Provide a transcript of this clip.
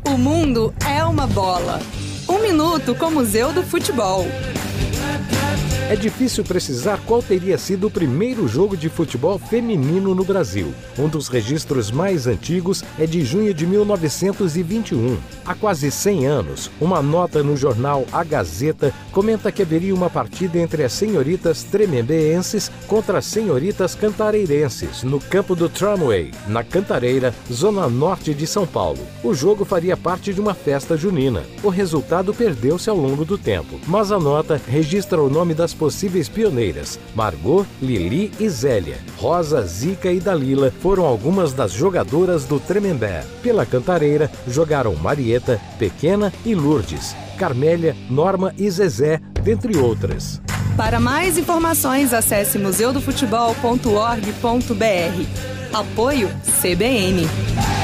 O mundo é uma bola. 1 minuto com o Museu do Futebol. É difícil precisar qual teria sido o primeiro jogo de futebol feminino no Brasil. Um dos registros mais antigos é de junho de 1921. Há quase 100 anos, uma nota no jornal A Gazeta comenta que haveria uma partida entre as senhoritas tremembeenses contra as senhoritas cantareirenses, no campo do Tramway, na Cantareira, zona norte de São Paulo. O jogo faria parte de uma festa junina. O resultado perdeu-se ao longo do tempo, mas a nota registra o nome das possíveis pioneiras. Margot, Lili e Zélia. Rosa, Zica e Dalila foram algumas das jogadoras do Tremembé. Pela Cantareira, jogaram Marieta, Pequena e Lourdes, Carmélia, Norma e Zezé, dentre outras. Para mais informações, acesse museudofutebol.org.br. Apoio CBN.